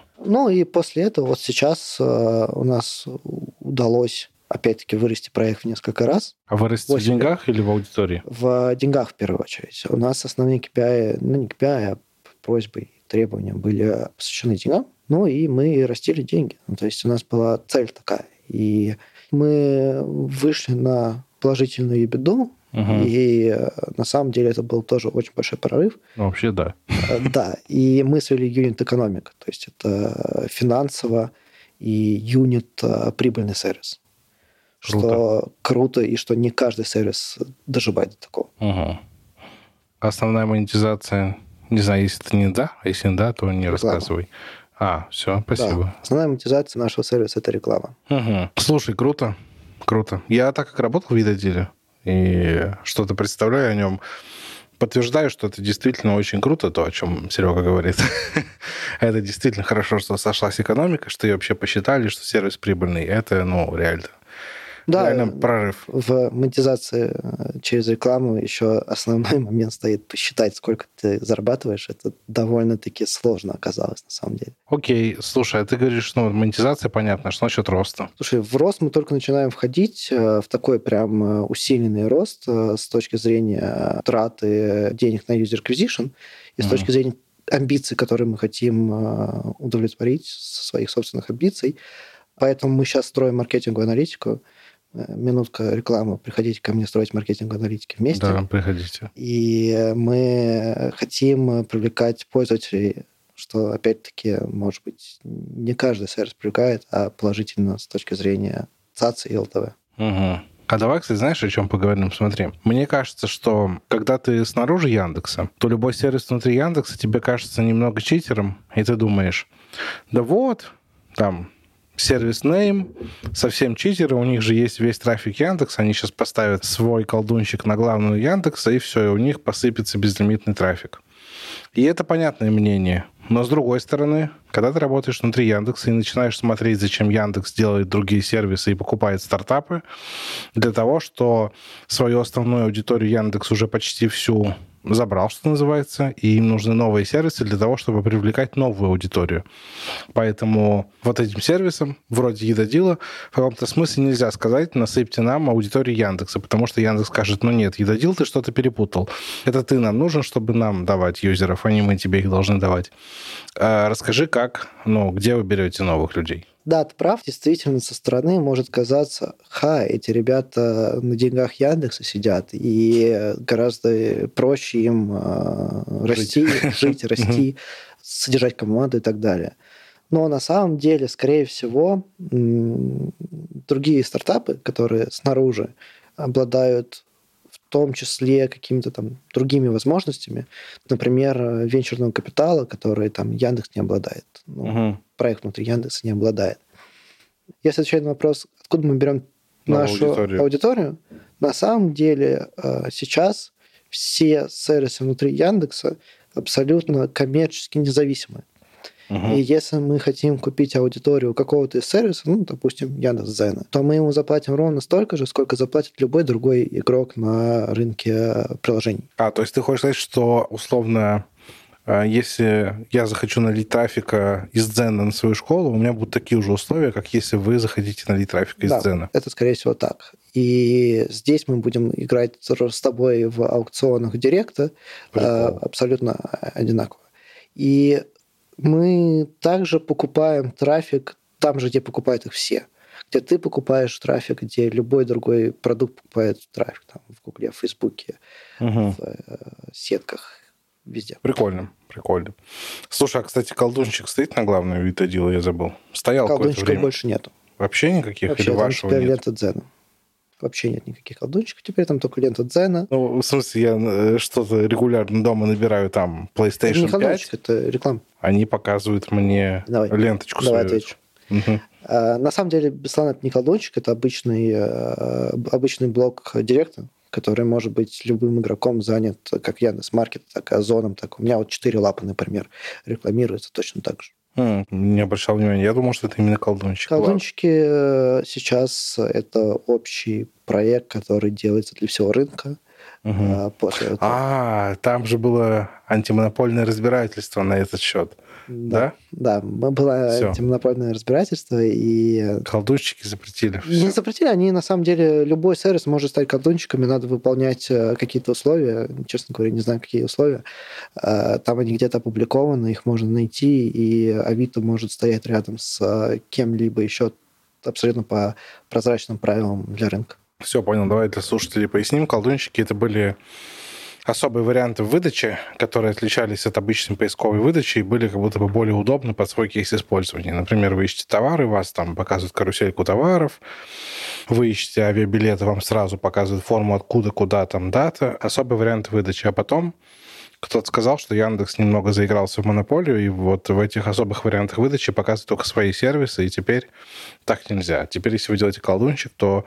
И после этого сейчас у нас удалось опять-таки вырасти проект в несколько раз.
А вырасти в деньгах или в аудитории?
В деньгах в первую очередь. У нас основные KPI, не KPI, а просьбы и требования были посвящены деньгам, и мы растили деньги. То есть у нас была цель такая. И мы вышли на положительную EBITDA, и на самом деле это был тоже очень большой прорыв.
Вообще, да.
Да, и мы свели юнит-экономику, то есть это финансово и юнит-прибыльный сервис.
Круто.
Что круто, и что не каждый сервис доживает до такого.
Основная монетизация, не знаю, если это не да, а если не да, то не рассказывай. Все, спасибо.
Да. Основная монетизация нашего сервиса – это реклама.
Слушай, круто. Я так как работал в Едодиле и что-то представляю о нем, подтверждаю, что это действительно очень круто, то, о чем Серега говорит. Это действительно хорошо, что сошлась экономика, что ее вообще посчитали, что сервис прибыльный. Это, реально.
Да,
реально прорыв.
В монетизации через рекламу еще основной момент стоит посчитать, сколько ты зарабатываешь. Это довольно-таки сложно оказалось на самом деле.
Окей, слушай, а ты говоришь, монетизация, понятно, что насчет роста?
Слушай, в рост мы только начинаем входить, в такой прям усиленный рост с точки зрения траты денег на user acquisition и с точки зрения амбиций, которые мы хотим удовлетворить, своих собственных амбиций. Поэтому мы сейчас строим маркетинговую аналитику. Минутка рекламы. Приходите ко мне строить маркетинговую аналитику вместе.
Да, приходите.
И мы хотим привлекать пользователей, что, опять-таки, может быть, не каждый сервис привлекает, а положительно с точки зрения ЦАЦ и ЛТВ.
А давай, кстати, знаешь, о чем поговорим? Смотри, мне кажется, что когда ты снаружи Яндекса, то любой сервис внутри Яндекса тебе кажется немного читером, и ты думаешь, да вот, там, сервис name, совсем читеры, у них же есть весь трафик Яндекса, они сейчас поставят свой колдунчик на главную Яндекса, и все, и у них посыпется безлимитный трафик. И это понятное мнение. Но, с другой стороны, Когда ты работаешь внутри Яндекса и начинаешь смотреть, зачем Яндекс делает другие сервисы и покупает стартапы, для того, что свою основную аудиторию Яндекс уже почти всю забрал, что называется, и им нужны новые сервисы для того, чтобы привлекать новую аудиторию. Поэтому вот этим сервисом, вроде Едодила, в каком-то смысле нельзя сказать, насыпьте нам аудиторию Яндекса, потому что Яндекс скажет, ну нет, Едодил, ты что-то перепутал. Это ты нам нужен, чтобы нам давать юзеров, а не мы тебе их должны давать. Расскажи, как, где вы берете новых людей?
Да, ты прав. Действительно, со стороны может казаться, эти ребята на деньгах Яндекса сидят, и гораздо проще им расти, жить, расти, содержать команду и так далее. Но на самом деле, скорее всего, другие стартапы, которые снаружи обладают в том числе какими-то там другими возможностями, например, венчурного капитала, который там Яндекс не обладает. Проект внутри Яндекса не обладает. Если отвечать на вопрос, откуда мы берем нашу аудиторию, на самом деле сейчас все сервисы внутри Яндекса абсолютно коммерчески независимы. И если мы хотим купить аудиторию какого-то из сервисов, допустим, Яндекс.Дзена, то мы ему заплатим ровно столько же, сколько заплатит любой другой игрок на рынке приложений.
То есть ты хочешь сказать, что условно, если я захочу налить трафика из Дзена на свою школу, у меня будут такие же условия, как если вы захотите налить трафика из Дзена?
Это, скорее всего, так. И здесь мы будем играть с тобой в аукционах Директа абсолютно одинаково. И мы также покупаем трафик там же, где покупают их все. Где ты покупаешь трафик, где любой другой продукт покупает трафик. Там, в Гугле, в Фейсбуке, в сетках, везде.
Прикольно. Слушай, кстати, колдунчик стоит на главной Едодила, я забыл. Стоял какое-то время.
Колдунчиков больше нету.
Вообще никаких?
Вообще,
или
там
вашего
теперь
нет?
лента Дзена. Вообще нет никаких колдунчиков, теперь там только лента Дзена.
В смысле, я что-то регулярно дома набираю там PlayStation 5.
Это не колдунчик, это реклама.
Они показывают мне ленточку свою.
Давай отвечу. На самом деле, Беслан, это не колдунчик, это обычный блок Директа, который может быть любым игроком занят, как Яндекс.Маркет, так и Озоном. Так. У меня 4 лапы, например, рекламируется точно так же.
Не обращал внимания. Я думал, что это именно колдунчик.
Колдунчики сейчас это общий проект, который делается для всего рынка.
Там же было антимонопольное разбирательство на этот счет. Да?
Да, было антимонопольное разбирательство, и...
Колдунчики запретили.
Не запретили, они, на самом деле, любой сервис может стать колдунчиками, надо выполнять какие-то условия, честно говоря, не знаю, какие условия. Там они где-то опубликованы, их можно найти, и Авито может стоять рядом с кем-либо еще абсолютно по прозрачным правилам для рынка.
Все, понял. Давай для слушателей поясним. Колдунчики — это были особые варианты выдачи, которые отличались от обычной поисковой выдачи и были как будто бы более удобны под свой кейс использования. Например, вы ищете товары, вас там показывают карусельку товаров, вы ищете авиабилеты, вам сразу показывают форму, откуда, куда, там дата. Особый вариант выдачи. А потом кто-то сказал, что Яндекс немного заигрался в монополию, и вот в этих особых вариантах выдачи показывают только свои сервисы, и теперь так нельзя. Теперь, если вы делаете колдунчик, то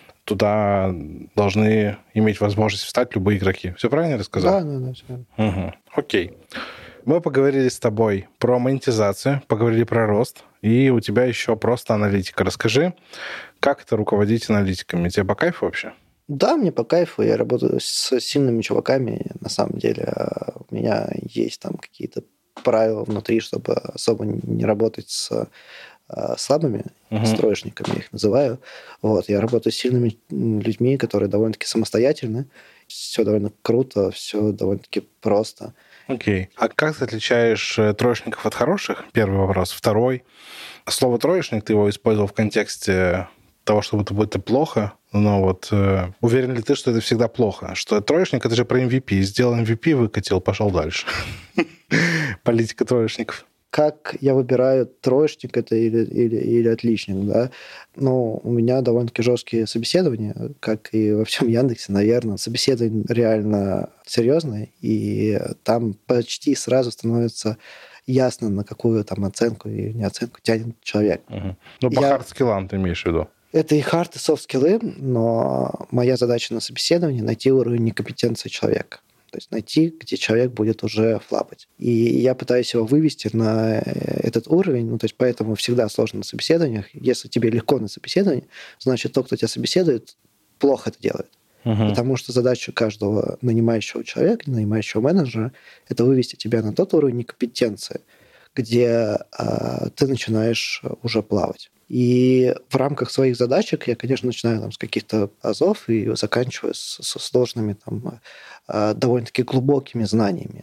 туда должны иметь возможность встать любые игроки. Все правильно я рассказал?
Да, все правильно.
Окей. Мы поговорили с тобой про монетизацию, поговорили про рост, и у тебя еще просто аналитика. Расскажи, как это руководить аналитиками? Тебе по кайфу вообще?
Да, мне по кайфу. Я работаю с сильными чуваками. На самом деле у меня есть там какие-то правила внутри, чтобы особо не работать с слабыми строечниками, я их называю. Я работаю с сильными людьми, которые довольно-таки самостоятельны. Все довольно круто, все довольно-таки просто.
Окей. А как ты отличаешь троечников от хороших? Первый вопрос. Второй. Слово «троечник» ты его использовал в контексте того, что это плохо, но уверен ли ты, что это всегда плохо? Что троечник — это же про MVP. Сделал MVP, выкатил, пошел дальше. Политика троечников.
Как я выбираю, троечник это или отличник, да? У меня довольно-таки жесткие собеседования, как и во всем Яндексе, наверное. Собеседование реально серьезное, и там почти сразу становится ясно, на какую там оценку и не оценку тянет человек.
По хард-скиллам ты имеешь в виду?
Это и хард, и софт-скиллы, но моя задача на собеседовании — найти уровень некомпетенции человека. То есть найти, где человек будет уже флапать. И я пытаюсь его вывести на этот уровень, то есть поэтому всегда сложно на собеседованиях. Если тебе легко на собеседовании, значит, тот, кто тебя собеседует, плохо это делает. Потому что задача каждого нанимающего человека, нанимающего менеджера, это вывести тебя на тот уровень компетенции, где ты начинаешь уже плавать. И в рамках своих задачек я, конечно, начинаю с каких-то азов и заканчиваю со сложными, довольно-таки глубокими знаниями.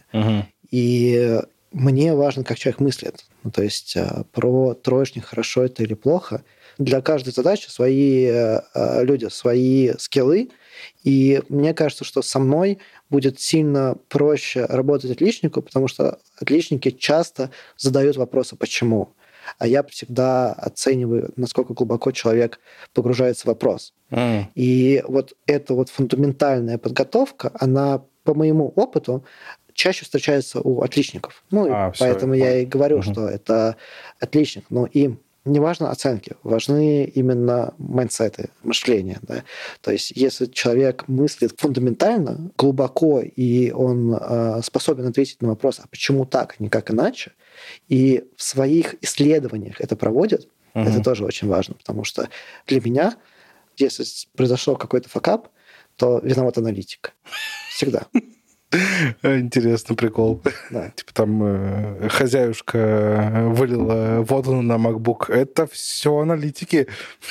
И мне важно, как человек мыслит. То есть про троечник, хорошо это или плохо. Для каждой задачи свои люди, свои скиллы. И мне кажется, что со мной будет сильно проще работать отличнику, потому что отличники часто задают вопросы «почему?». А я всегда оцениваю, насколько глубоко человек погружается в вопрос. И вот эта фундаментальная подготовка, она, по моему опыту, чаще встречается у отличников. Поэтому я и говорю, что это отличник. Но им не важно оценки, важны именно майндсеты, мышления. Да? То есть если человек мыслит фундаментально, глубоко, и он способен ответить на вопрос, а почему так, не как иначе, и в своих исследованиях это проводит, это тоже очень важно, потому что для меня, если произошел какой-то факап, то виноват аналитик. Всегда.
Интересный прикол.
Да.
Типа там хозяюшка вылила воду на MacBook. Это все аналитики.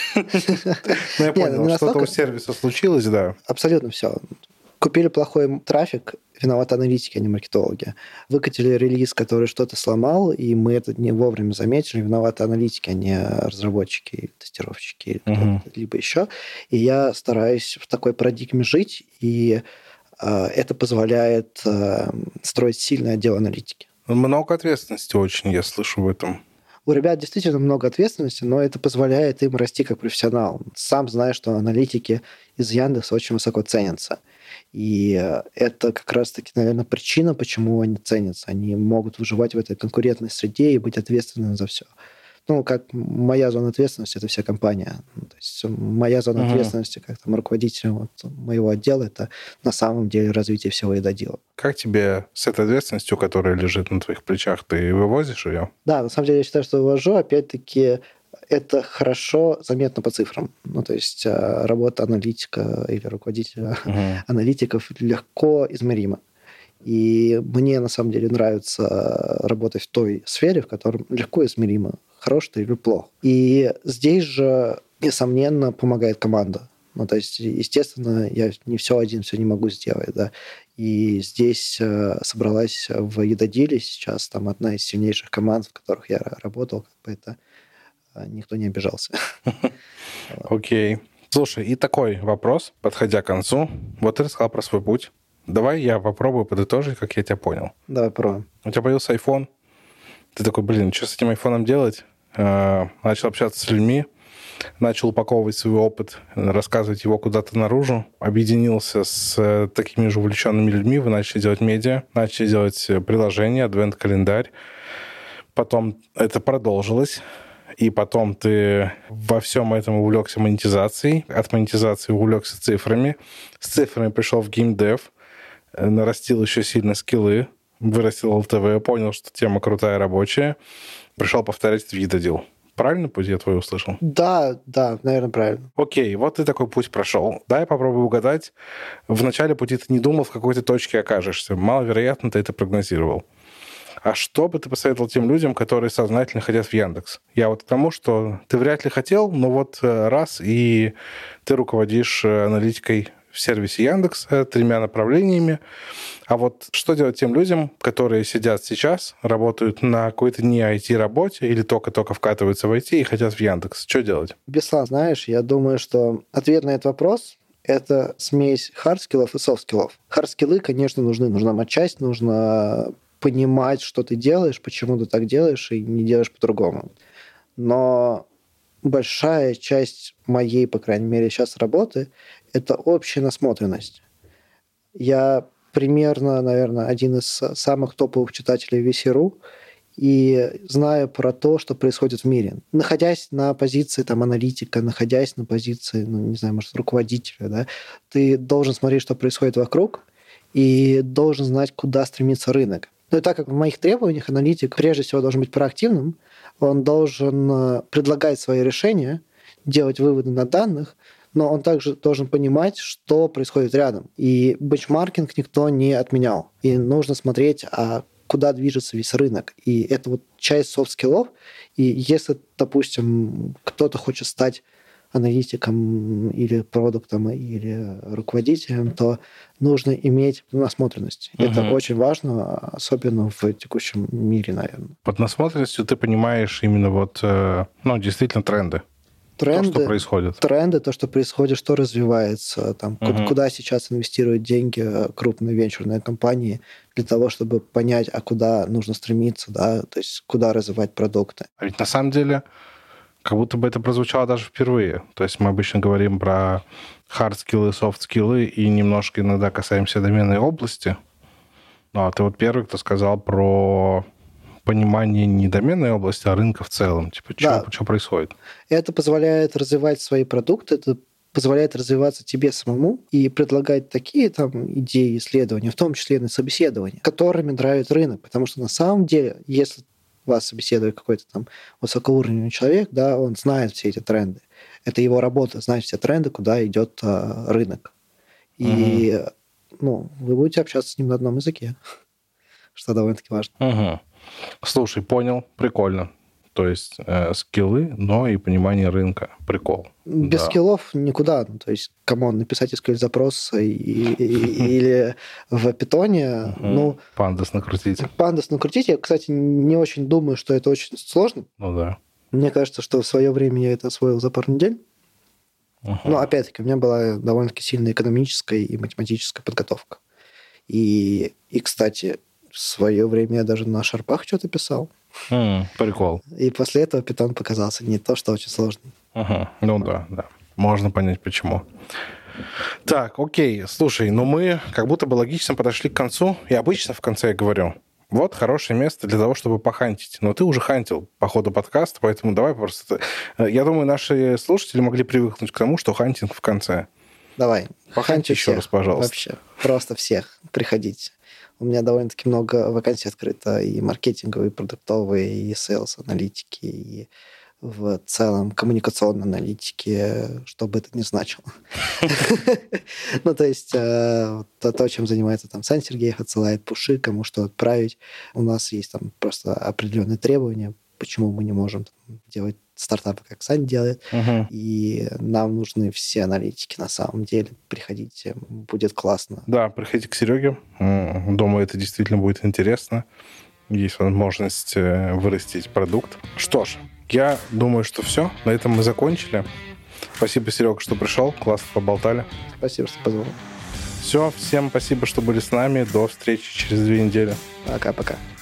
Я понял, что-то у сервиса случилось, да.
Абсолютно все. Купили плохой трафик, виноваты аналитики, а не маркетологи. Выкатили релиз, который что-то сломал, и мы это не вовремя заметили. Виноваты аналитики, а не разработчики, тестировщики, либо еще. И я стараюсь в такой парадигме жить, и это позволяет строить сильный отдел аналитики.
Много ответственности очень, я слышу в этом.
У ребят действительно много ответственности, но это позволяет им расти как профессионал. Сам знаешь, что аналитики из Яндекса очень высоко ценятся. И это как раз-таки, наверное, причина, почему они ценятся. Они могут выживать в этой конкурентной среде и быть ответственными за все. Как моя зона ответственности – это вся компания. То есть моя зона ответственности как руководителя моего отдела – это на самом деле развитие всего едодела.
Как тебе с этой ответственностью, которая лежит на твоих плечах, ты вывозишь ее?
Да, на самом деле я считаю, что вывожу. Опять-таки, это хорошо заметно по цифрам. То есть работа аналитика или руководителя аналитиков легко измерима. И мне, на самом деле, нравится работать в той сфере, в которой легко измеримо, хорош ты или плох. И здесь же, несомненно, помогает команда. То есть, естественно, я не все один, все не могу сделать. Да? И здесь собралась в едоделе сейчас одна из сильнейших команд, в которых я работал. Это никто не обижался.
Окей. Слушай, и такой вопрос, подходя к концу. Вот ты рассказал про свой путь. Давай я попробую подытожить, как я тебя понял.
Давай попробуем.
У тебя появился iPhone. Ты такой, что с этим айфоном делать? Начал общаться с людьми, начал упаковывать свой опыт, рассказывать его куда-то наружу. Объединился с такими же увлеченными людьми. Вы начали делать медиа, начали делать приложения, адвент-календарь. Потом это продолжилось. И потом ты во всем этом увлекся монетизацией. От монетизации увлекся цифрами. С цифрами пришел в геймдев. Нарастил еще сильно скиллы. Вырастил ЛТВ. Понял, что тема крутая, рабочая. Пришел повторять в видеодел. Правильно путь я твой услышал?
Да, наверное, правильно.
Окей, вот ты такой путь прошел. Дай попробую угадать. В начале пути ты не думал, в какой ты точке окажешься. Маловероятно, ты это прогнозировал. А что бы ты посоветовал тем людям, которые сознательно хотят в Яндекс? Я к тому, что ты вряд ли хотел, но раз, и ты руководишь аналитикой в сервисе Яндекс 3 направлениями. А что делать тем людям, которые сидят сейчас, работают на какой-то не IT-работе или только-только вкатываются в IT и хотят в Яндекс? Что делать?
Беслан, знаешь, я думаю, что ответ на этот вопрос – это смесь хард-скиллов и софт-скиллов. Хард-скиллы, конечно, нужны. Нужна матчасть, нужно понимать, что ты делаешь, почему ты так делаешь и не делаешь по-другому. Но большая часть моей, по крайней мере, сейчас работы – это общая насмотренность. Я примерно, наверное, один из самых топовых читателей VC.ru и знаю про то, что происходит в мире. Находясь на позиции аналитика, находясь на позиции, руководителя, да, ты должен смотреть, что происходит вокруг, и должен знать, куда стремится рынок. Но и так как в моих требованиях аналитик прежде всего должен быть проактивным, он должен предлагать свои решения, делать выводы на данных, но он также должен понимать, что происходит рядом. И бенчмаркинг никто не отменял. И нужно смотреть, куда движется весь рынок. И это вот часть софт-скиллов. И если, допустим, кто-то хочет стать аналитиком или продуктом, или руководителем, то нужно иметь насмотренность. Это очень важно, особенно в текущем мире, наверное.
Под насмотренностью ты понимаешь именно действительно тренды.
Тренды,
то, что происходит.
Тренды, то, что происходит, что развивается, куда сейчас инвестируют деньги крупные венчурные компании для того, чтобы понять, куда нужно стремиться, да, то есть куда развивать продукты.
А ведь на самом деле, как будто бы это прозвучало даже впервые. То есть мы обычно говорим про хард-скиллы, софт-скиллы и немножко иногда касаемся доменной области. А ты вот первый, кто сказал про понимание не доменной области, а рынка в целом. Что происходит?
Это позволяет развивать свои продукты, это позволяет развиваться тебе самому и предлагать такие идеи, исследования, в том числе на собеседования, которыми драйвит рынок. Потому что на самом деле, если вас собеседует какой-то высокоуровневый человек, да, он знает все эти тренды. Это его работа, знать все тренды, куда идет рынок. И вы будете общаться с ним на одном языке, что довольно-таки важно.
Слушай, понял, прикольно. То есть скиллы, но и понимание рынка. Прикол.
Без скиллов никуда. То есть, написать SQL-запрос или в питоне.
Пандас накрутить.
Пандас накрутить. Я, кстати, не очень думаю, что это очень сложно.
Да.
Мне кажется, что в свое время я это освоил за пару недель. Но, опять-таки, у меня была довольно-таки сильная экономическая и математическая подготовка. И кстати, в свое время я даже на шарпах что-то писал.
Прикол.
И после этого Python показался не то, что очень сложный.
Да. Можно понять, почему. Так, окей. Слушай, мы как будто бы логично подошли к концу. И обычно в конце я говорю, вот хорошее место для того, чтобы похантить. Но ты уже хантил по ходу подкаста, поэтому давай просто... Я думаю, наши слушатели могли привыкнуть к тому, что хантинг в конце.
Давай.
Поханти еще раз, пожалуйста.
Вообще. Просто всех. Приходите. У меня довольно-таки много вакансий открыто, и маркетинговые, и продуктовые, и сейлс-аналитики, и в целом коммуникационной аналитики, что бы это ни значило. То есть то, чем занимается Сань Сергеев, отсылает пуши, кому что отправить. У нас есть просто определенные требования, почему мы не можем делать стартапы, как Сань делает. И нам нужны все аналитики на самом деле. Приходите, будет классно.
Да, приходите к Сереге. Думаю, это действительно будет интересно. Есть возможность вырастить продукт. Что ж, я думаю, что все. На этом мы закончили. Спасибо, Серега, что пришел. Классно поболтали.
Спасибо, что позвал.
Все, всем спасибо, что были с нами. До встречи через 2 недели.
Пока-пока.